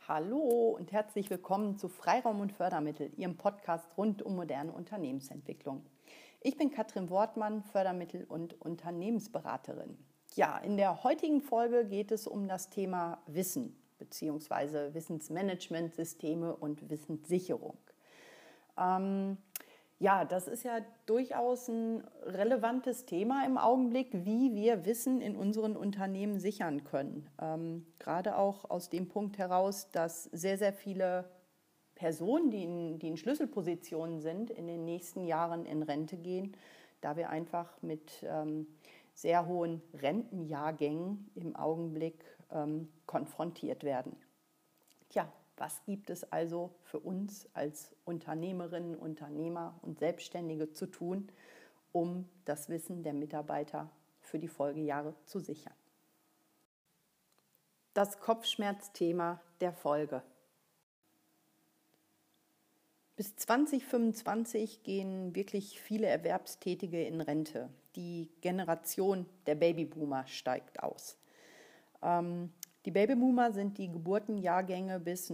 Hallo und herzlich willkommen zu Freiraum und Fördermittel, Ihrem Podcast rund um moderne Unternehmensentwicklung. Ich bin Katrin Wortmann, Fördermittel- und Unternehmensberaterin. Ja, in der heutigen Folge geht es um das Thema Wissen bzw. Wissensmanagementsysteme und Wissenssicherung. Das ist ja durchaus ein relevantes Thema im Augenblick, wie wir Wissen in unseren Unternehmen sichern können. Gerade auch aus dem Punkt heraus, dass sehr, sehr viele Personen, die in Schlüsselpositionen sind, in den nächsten Jahren in Rente gehen, da wir einfach mit sehr hohen Rentenjahrgängen im Augenblick konfrontiert werden. Tja, was gibt es also für uns als Unternehmerinnen, Unternehmer und Selbstständige zu tun, um das Wissen der Mitarbeiter für die Folgejahre zu sichern? Das Kopfschmerzthema der Folge. Bis 2025 gehen wirklich viele Erwerbstätige in Rente. Die Generation der Babyboomer steigt aus. Die Babyboomer sind die Geburtenjahrgänge bis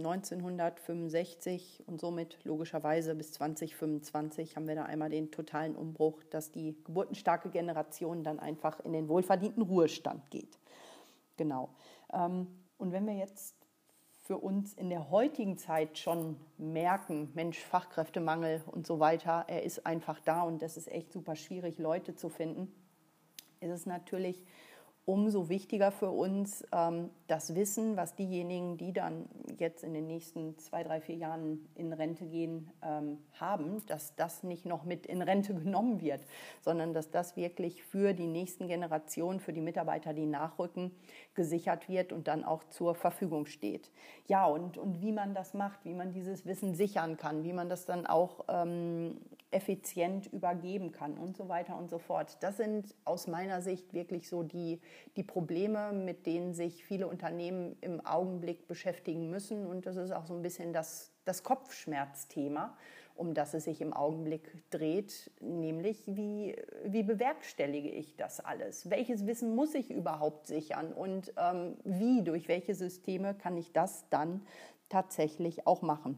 1965 und somit logischerweise bis 2025 haben wir da einmal den totalen Umbruch, dass die geburtenstarke Generation dann einfach in den wohlverdienten Ruhestand geht. Genau. Und wenn wir jetzt für uns in der heutigen Zeit schon merken, Mensch, Fachkräftemangel und so weiter, er ist einfach da und das ist echt super schwierig, Leute zu finden, ist es natürlich umso wichtiger für uns, das Wissen, was diejenigen, die dann jetzt in den nächsten 2, 3, 4 Jahren in Rente gehen, haben, dass das nicht noch mit in Rente genommen wird, sondern dass das wirklich für die nächsten Generationen, für die Mitarbeiter, die nachrücken, gesichert wird und dann auch zur Verfügung steht. Ja, und wie man das macht, wie man dieses Wissen sichern kann, wie man das dann auch effizient übergeben kann und so weiter und so fort. Das sind aus meiner Sicht wirklich so die Probleme, mit denen sich viele Unternehmen im Augenblick beschäftigen müssen. Und das ist auch so ein bisschen das Kopfschmerzthema, um das es sich im Augenblick dreht, nämlich wie bewerkstellige ich das alles? Welches Wissen muss ich überhaupt sichern? Und durch welche Systeme kann ich das dann tatsächlich auch machen?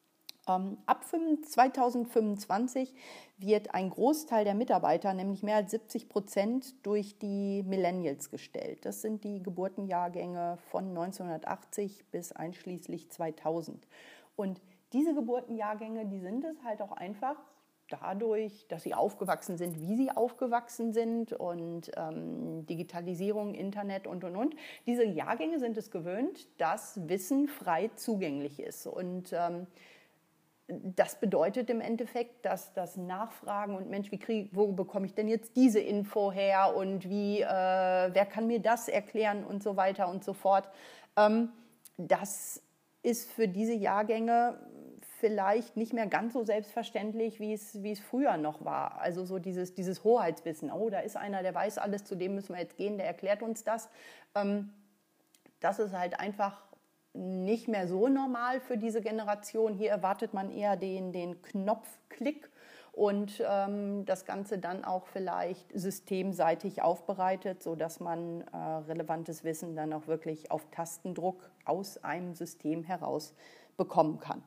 Ab 2025 wird ein Großteil der Mitarbeiter, nämlich mehr als 70%, durch die Millennials gestellt. Das sind die Geburtenjahrgänge von 1980 bis einschließlich 2000. Und diese Geburtenjahrgänge, die sind es halt auch einfach dadurch, dass sie aufgewachsen sind, wie sie aufgewachsen sind und Digitalisierung, Internet und. Diese Jahrgänge sind es gewöhnt, dass Wissen frei zugänglich ist und das bedeutet im Endeffekt, dass das Nachfragen und Mensch, wo bekomme ich denn jetzt diese Info her und wer kann mir das erklären und so weiter und so fort. Das ist für diese Jahrgänge vielleicht nicht mehr ganz so selbstverständlich, wie es früher noch war. Also so dieses Hoheitswissen, oh, da ist einer, der weiß alles, zu dem müssen wir jetzt gehen, der erklärt uns das. Das ist halt einfach nicht mehr so normal für diese Generation. Hier erwartet man eher den Knopfklick und das Ganze dann auch vielleicht systemseitig aufbereitet, sodass man relevantes Wissen dann auch wirklich auf Tastendruck aus einem System heraus bekommen kann.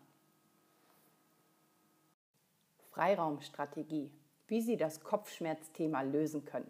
Freiraumstrategie, wie Sie das Kopfschmerzthema lösen können.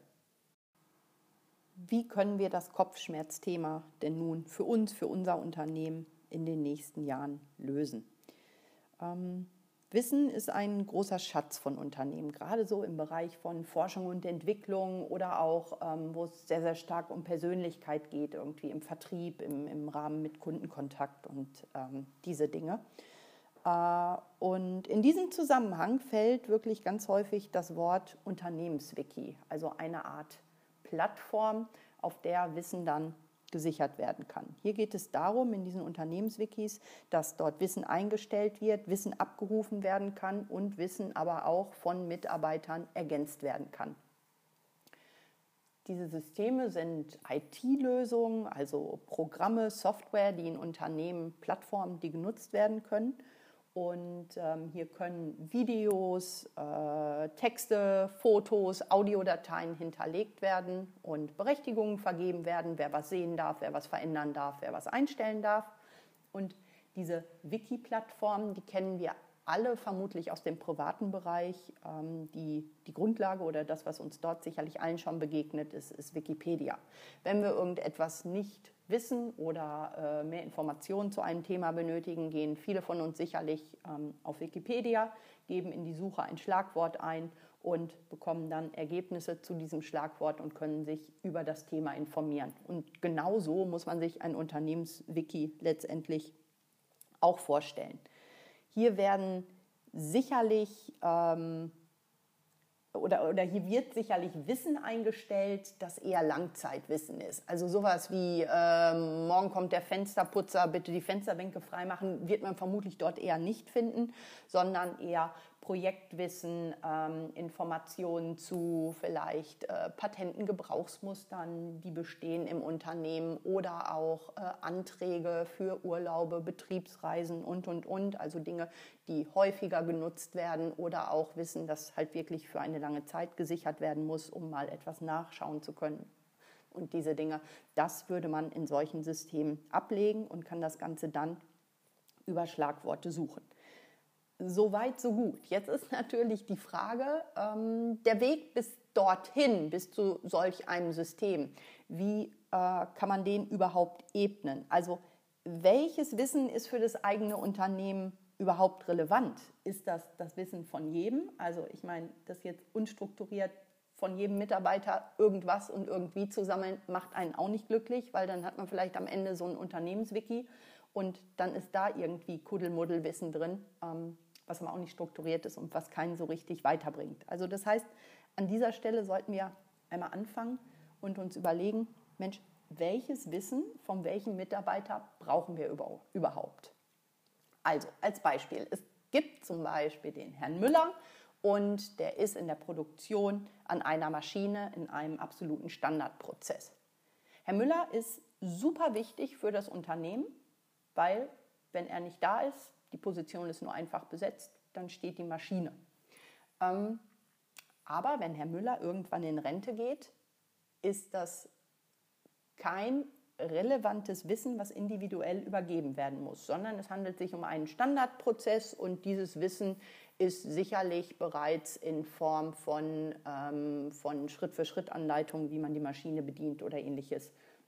Wie können wir das Kopfschmerzthema denn nun für uns, für unser Unternehmen in den nächsten Jahren lösen? Wissen ist ein großer Schatz von Unternehmen, gerade so im Bereich von Forschung und Entwicklung oder auch, wo es sehr, sehr stark um Persönlichkeit geht, irgendwie im Vertrieb, im Rahmen mit Kundenkontakt und diese Dinge. Und in diesem Zusammenhang fällt wirklich ganz häufig das Wort Unternehmenswiki, also eine Art Plattform, auf der Wissen dann gesichert werden kann. Hier geht es darum, in diesen Unternehmenswikis, dass dort Wissen eingestellt wird, Wissen abgerufen werden kann und Wissen aber auch von Mitarbeitern ergänzt werden kann. Diese Systeme sind IT-Lösungen, also Programme, Software, die in Unternehmen, Plattformen, die genutzt werden können. Und hier können Videos, Texte, Fotos, Audiodateien hinterlegt werden und Berechtigungen vergeben werden, wer was sehen darf, wer was verändern darf, wer was einstellen darf. Und Diese Wiki-Plattformen, die kennen wir alle vermutlich aus dem privaten Bereich. Die Grundlage oder das, was uns dort sicherlich allen schon begegnet ist Wikipedia. Wenn wir irgendetwas nicht wissen oder mehr Informationen zu einem Thema benötigen, gehen viele von uns sicherlich auf Wikipedia, geben in die Suche ein Schlagwort ein und bekommen dann Ergebnisse zu diesem Schlagwort und können sich über das Thema informieren. Und genau so muss man sich ein Unternehmenswiki letztendlich auch vorstellen. Hier werden sicherlich oder hier wird sicherlich Wissen eingestellt, das eher Langzeitwissen ist. Also sowas wie morgen kommt der Fensterputzer, bitte die Fensterbänke freimachen, wird man vermutlich dort eher nicht finden, sondern eher Projektwissen, Informationen zu vielleicht Patenten, Gebrauchsmustern, die bestehen im Unternehmen oder auch Anträge für Urlaube, Betriebsreisen und. Also Dinge, die häufiger genutzt werden oder auch Wissen, das halt wirklich für eine lange Zeit gesichert werden muss, um mal etwas nachschauen zu können. Und diese Dinge, das würde man in solchen Systemen ablegen und kann das Ganze dann über Schlagworte suchen. So weit, so gut. Jetzt ist natürlich die Frage, der Weg bis dorthin, bis zu solch einem System, wie kann man den überhaupt ebnen? Also welches Wissen ist für das eigene Unternehmen überhaupt relevant? Ist das das Wissen von jedem? Also ich meine, das jetzt unstrukturiert von jedem Mitarbeiter irgendwas und irgendwie zu sammeln, macht einen auch nicht glücklich, weil dann hat man vielleicht am Ende so ein Unternehmenswiki und dann ist da irgendwie Kuddelmuddelwissen drin, was aber auch nicht strukturiert ist und was keinen so richtig weiterbringt. Also das heißt, an dieser Stelle sollten wir einmal anfangen und uns überlegen, Mensch, welches Wissen von welchem Mitarbeiter brauchen wir überhaupt? Also als Beispiel, es gibt zum Beispiel den Herrn Müller und der ist in der Produktion an einer Maschine in einem absoluten Standardprozess. Herr Müller ist super wichtig für das Unternehmen, weil wenn er nicht da ist, die Position ist nur einfach besetzt, dann steht die Maschine. Aber wenn Herr Müller irgendwann in Rente geht, ist das kein relevantes Wissen, was individuell übergeben werden muss, sondern es handelt sich um einen Standardprozess und dieses Wissen ist sicherlich bereits in Form von Schritt-für-Schritt-Anleitungen, wie man die Maschine bedient oder ähnliches,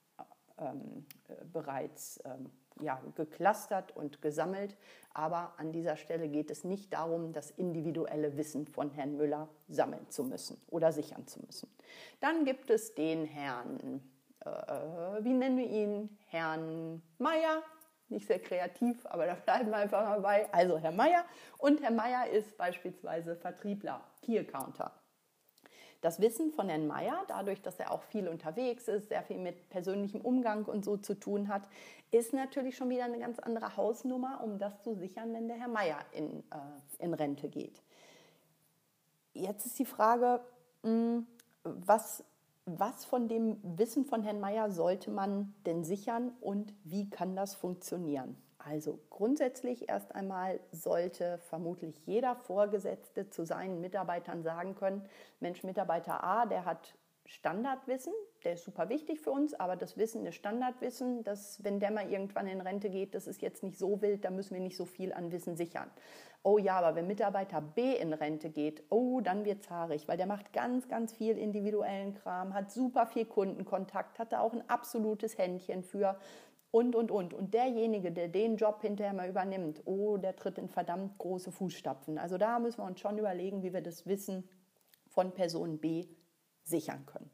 bereits geclustert und gesammelt. Aber an dieser Stelle geht es nicht darum, das individuelle Wissen von Herrn Müller sammeln zu müssen oder sichern zu müssen. Dann gibt es den Herrn, wie nennen wir ihn? Herrn Meier. Nicht sehr kreativ, aber da bleiben wir einfach mal bei. Also Herr Meier. Und Herr Meier ist beispielsweise Vertriebler, Key Accounter. Das Wissen von Herrn Meier, dadurch, dass er auch viel unterwegs ist, sehr viel mit persönlichem Umgang und so zu tun hat, ist natürlich schon wieder eine ganz andere Hausnummer, um das zu sichern, wenn der Herr Meier in Rente geht. Jetzt ist die Frage, was von dem Wissen von Herrn Meier sollte man denn sichern und wie kann das funktionieren? Also grundsätzlich erst einmal sollte vermutlich jeder Vorgesetzte zu seinen Mitarbeitern sagen können, Mensch, Mitarbeiter A, der hat Standardwissen, der ist super wichtig für uns, aber das Wissen ist Standardwissen, dass wenn der mal irgendwann in Rente geht, das ist jetzt nicht so wild, da müssen wir nicht so viel an Wissen sichern. Oh ja, aber wenn Mitarbeiter B in Rente geht, oh, dann wird's haarig, weil der macht ganz, ganz viel individuellen Kram, hat super viel Kundenkontakt, hat da auch ein absolutes Händchen für und. Und derjenige, der den Job hinterher mal übernimmt, oh, der tritt in verdammt große Fußstapfen. Also da müssen wir uns schon überlegen, wie wir das Wissen von Person B sichern können.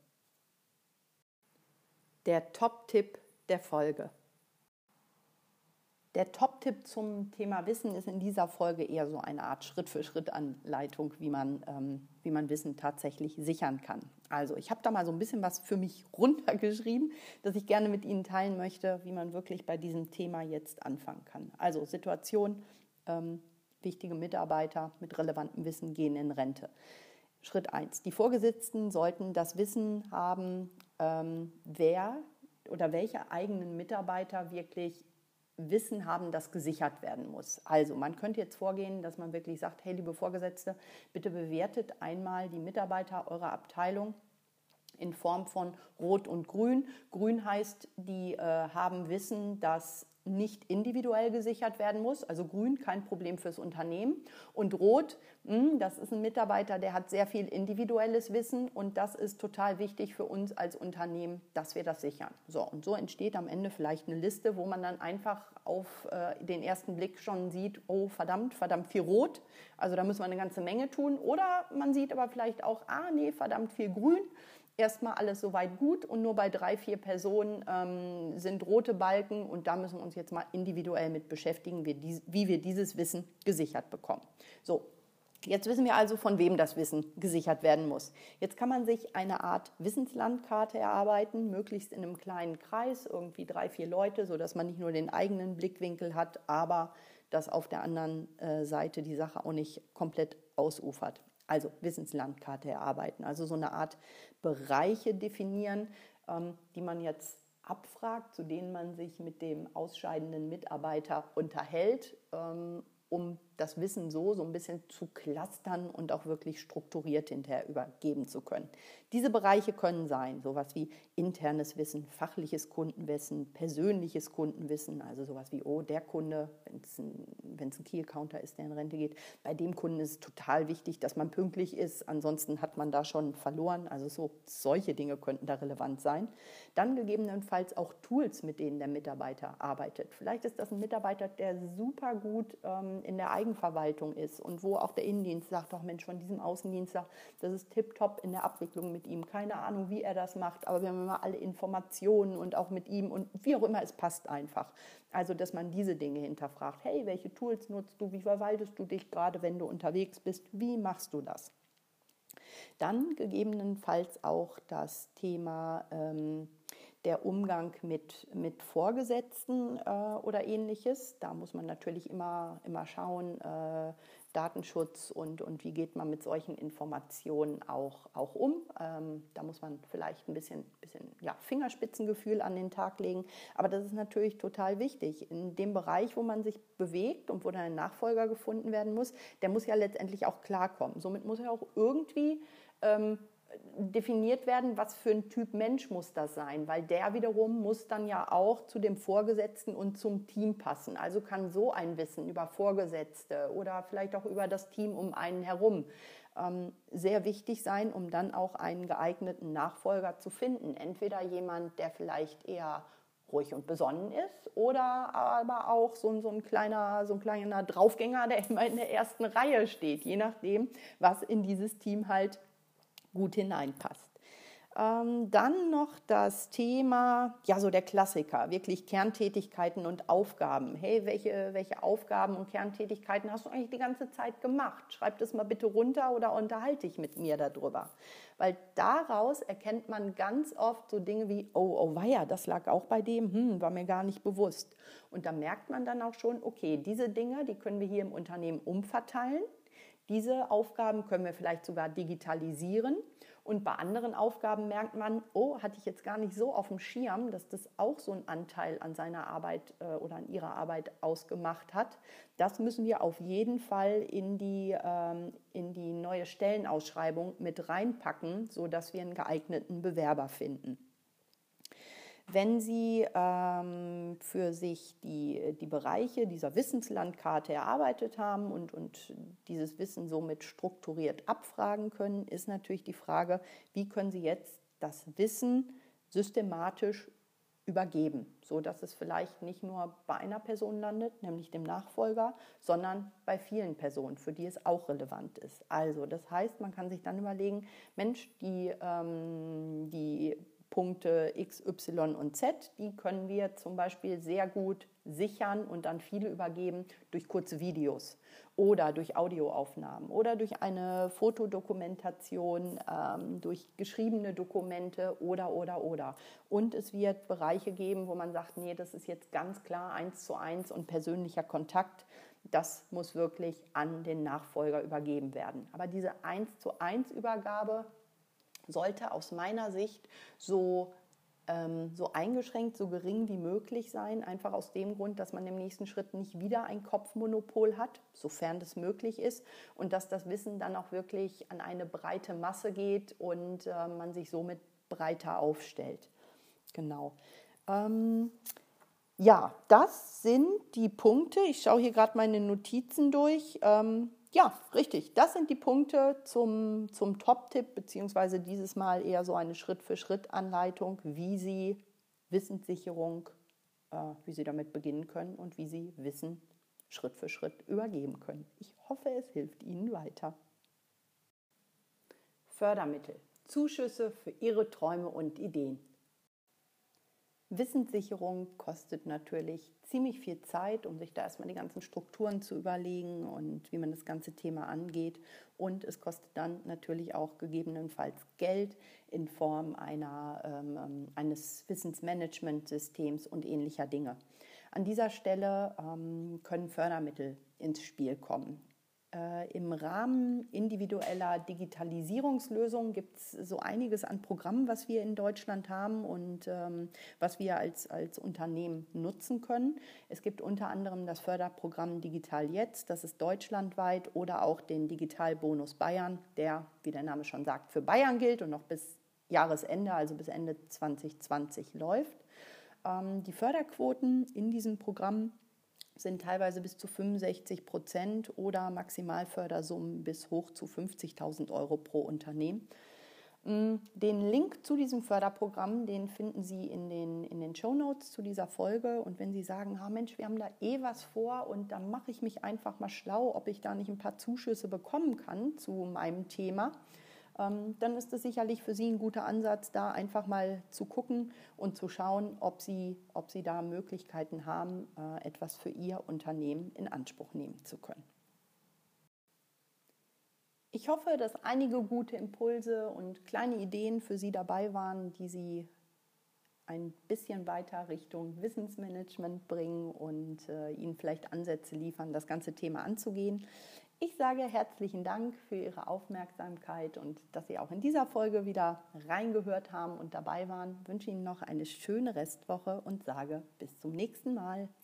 Der Top-Tipp der Folge. Der Top-Tipp zum Thema Wissen ist in dieser Folge eher so eine Art Schritt-für-Schritt-Anleitung, wie man Wissen tatsächlich sichern kann. Also ich habe da mal so ein bisschen was für mich runtergeschrieben, das ich gerne mit Ihnen teilen möchte, wie man wirklich bei diesem Thema jetzt anfangen kann. Also Situation, wichtige Mitarbeiter mit relevantem Wissen gehen in Rente. Schritt 1. Die Vorgesetzten sollten das Wissen haben, wer oder welche eigenen Mitarbeiter wirklich Wissen haben, das gesichert werden muss. Also man könnte jetzt vorgehen, dass man wirklich sagt, hey liebe Vorgesetzte, bitte bewertet einmal die Mitarbeiter eurer Abteilung in Form von Rot und Grün. Grün heißt, die haben Wissen, das nicht individuell gesichert werden muss, also grün, kein Problem fürs Unternehmen. Und rot, das ist ein Mitarbeiter, der hat sehr viel individuelles Wissen und das ist total wichtig für uns als Unternehmen, dass wir das sichern. So, und so entsteht am Ende vielleicht eine Liste, wo man dann einfach auf den ersten Blick schon sieht, oh verdammt viel rot, also da müssen wir eine ganze Menge tun. Oder man sieht aber vielleicht auch, nee, verdammt viel grün. Erstmal alles soweit gut und nur bei 3, 4 Personen sind rote Balken und da müssen wir uns jetzt mal individuell mit beschäftigen, wie wir dieses Wissen gesichert bekommen. So, jetzt wissen wir also, von wem das Wissen gesichert werden muss. Jetzt kann man sich eine Art Wissenslandkarte erarbeiten, möglichst in einem kleinen Kreis, irgendwie 3, 4 Leute, sodass man nicht nur den eigenen Blickwinkel hat, aber dass auf der anderen Seite die Sache auch nicht komplett ausufert. Also Wissenslandkarte erarbeiten, also so eine Art Bereiche definieren, die man jetzt abfragt, zu denen man sich mit dem ausscheidenden Mitarbeiter unterhält, um das Wissen so ein bisschen zu clustern und auch wirklich strukturiert hinterher übergeben zu können. Diese Bereiche können sein, sowas wie internes Wissen, fachliches Kundenwissen, persönliches Kundenwissen, also sowas wie, der Kunde, wenn es ein Key-Accounter ist, der in Rente geht, bei dem Kunden ist es total wichtig, dass man pünktlich ist, ansonsten hat man da schon verloren, also solche Dinge könnten da relevant sein. Dann gegebenenfalls auch Tools, mit denen der Mitarbeiter arbeitet. Vielleicht ist das ein Mitarbeiter, der super gut in der Eigenverwaltung ist und wo auch der Innendienst sagt, doch Mensch, von diesem Außendienst sagt, das ist tipptopp in der Abwicklung mit ihm. Keine Ahnung, wie er das macht, aber wir haben immer alle Informationen und auch mit ihm und wie auch immer, es passt einfach. Also, dass man diese Dinge hinterfragt. Hey, welche Tools nutzt du? Wie verwaltest du dich gerade, wenn du unterwegs bist? Wie machst du das? Dann gegebenenfalls auch das Thema der Umgang mit Vorgesetzten oder Ähnliches. Da muss man natürlich immer schauen, Datenschutz und wie geht man mit solchen Informationen auch um. Da muss man vielleicht ein bisschen Fingerspitzengefühl an den Tag legen. Aber das ist natürlich total wichtig. In dem Bereich, wo man sich bewegt und wo dann ein Nachfolger gefunden werden muss, der muss ja letztendlich auch klarkommen. Somit muss er auch irgendwie definiert werden, was für ein Typ Mensch muss das sein, weil der wiederum muss dann ja auch zu dem Vorgesetzten und zum Team passen. Also kann so ein Wissen über Vorgesetzte oder vielleicht auch über das Team um einen herum sehr wichtig sein, um dann auch einen geeigneten Nachfolger zu finden. Entweder jemand, der vielleicht eher ruhig und besonnen ist oder aber auch so ein kleiner Draufgänger, der immer in der ersten Reihe steht, je nachdem, was in dieses Team halt gut hineinpasst. Dann noch das Thema, so der Klassiker, wirklich Kerntätigkeiten und Aufgaben. Hey, welche Aufgaben und Kerntätigkeiten hast du eigentlich die ganze Zeit gemacht? Schreib das mal bitte runter oder unterhalte dich mit mir darüber. Weil daraus erkennt man ganz oft so Dinge wie, oh weia, das lag auch bei dem, war mir gar nicht bewusst. Und da merkt man dann auch schon, okay, diese Dinge, die können wir hier im Unternehmen umverteilen. Diese Aufgaben können wir vielleicht sogar digitalisieren und bei anderen Aufgaben merkt man, hatte ich jetzt gar nicht so auf dem Schirm, dass das auch so einen Anteil an seiner Arbeit oder an ihrer Arbeit ausgemacht hat. Das müssen wir auf jeden Fall in die neue Stellenausschreibung mit reinpacken, sodass wir einen geeigneten Bewerber finden. Wenn Sie für sich die Bereiche dieser Wissenslandkarte erarbeitet haben und dieses Wissen somit strukturiert abfragen können, ist natürlich die Frage, wie können Sie jetzt das Wissen systematisch übergeben, sodass es vielleicht nicht nur bei einer Person landet, nämlich dem Nachfolger, sondern bei vielen Personen, für die es auch relevant ist. Also das heißt, man kann sich dann überlegen, Mensch, die Punkte X, Y und Z, die können wir zum Beispiel sehr gut sichern und dann viele übergeben durch kurze Videos oder durch Audioaufnahmen oder durch eine Fotodokumentation, durch geschriebene Dokumente oder. Und es wird Bereiche geben, wo man sagt, nee, das ist jetzt ganz klar 1:1 und persönlicher Kontakt. Das muss wirklich an den Nachfolger übergeben werden. Aber diese 1:1 Übergabe sollte aus meiner Sicht so eingeschränkt, so gering wie möglich sein, einfach aus dem Grund, dass man im nächsten Schritt nicht wieder ein Kopfmonopol hat, sofern das möglich ist, und dass das Wissen dann auch wirklich an eine breite Masse geht und man sich somit breiter aufstellt. Genau. Ja, das sind die Punkte. Ich schaue hier gerade meine Notizen durch. Ja, richtig. Das sind die Punkte zum Top-Tipp, beziehungsweise dieses Mal eher so eine Schritt-für-Schritt-Anleitung, wie Sie Wissenssicherung, wie Sie damit beginnen können und wie Sie Wissen Schritt für Schritt übergeben können. Ich hoffe, es hilft Ihnen weiter. Fördermittel, Zuschüsse für Ihre Träume und Ideen. Wissenssicherung kostet natürlich ziemlich viel Zeit, um sich da erstmal die ganzen Strukturen zu überlegen und wie man das ganze Thema angeht. Und es kostet dann natürlich auch gegebenenfalls Geld in Form eines Wissensmanagementsystems und ähnlicher Dinge. An dieser Stelle können Fördermittel ins Spiel kommen. Im Rahmen individueller Digitalisierungslösungen gibt es so einiges an Programmen, was wir in Deutschland haben und was wir als Unternehmen nutzen können. Es gibt unter anderem das Förderprogramm Digital Jetzt, das ist deutschlandweit, oder auch den Digitalbonus Bayern, der, wie der Name schon sagt, für Bayern gilt und noch bis Jahresende, also bis Ende 2020 läuft. Die Förderquoten in diesem Programm sind teilweise bis zu 65% oder Maximalfördersummen bis hoch zu 50.000 € pro Unternehmen. Den Link zu diesem Förderprogramm, den finden Sie in den Shownotes zu dieser Folge. Und wenn Sie sagen, Mensch, wir haben da was vor und dann mache ich mich einfach mal schlau, ob ich da nicht ein paar Zuschüsse bekommen kann zu meinem Thema, dann ist es sicherlich für Sie ein guter Ansatz, da einfach mal zu gucken und zu schauen, ob Sie da Möglichkeiten haben, etwas für Ihr Unternehmen in Anspruch nehmen zu können. Ich hoffe, dass einige gute Impulse und kleine Ideen für Sie dabei waren, die Sie ein bisschen weiter Richtung Wissensmanagement bringen und Ihnen vielleicht Ansätze liefern, das ganze Thema anzugehen. Ich sage herzlichen Dank für Ihre Aufmerksamkeit und dass Sie auch in dieser Folge wieder reingehört haben und dabei waren. Ich wünsche Ihnen noch eine schöne Restwoche und sage bis zum nächsten Mal.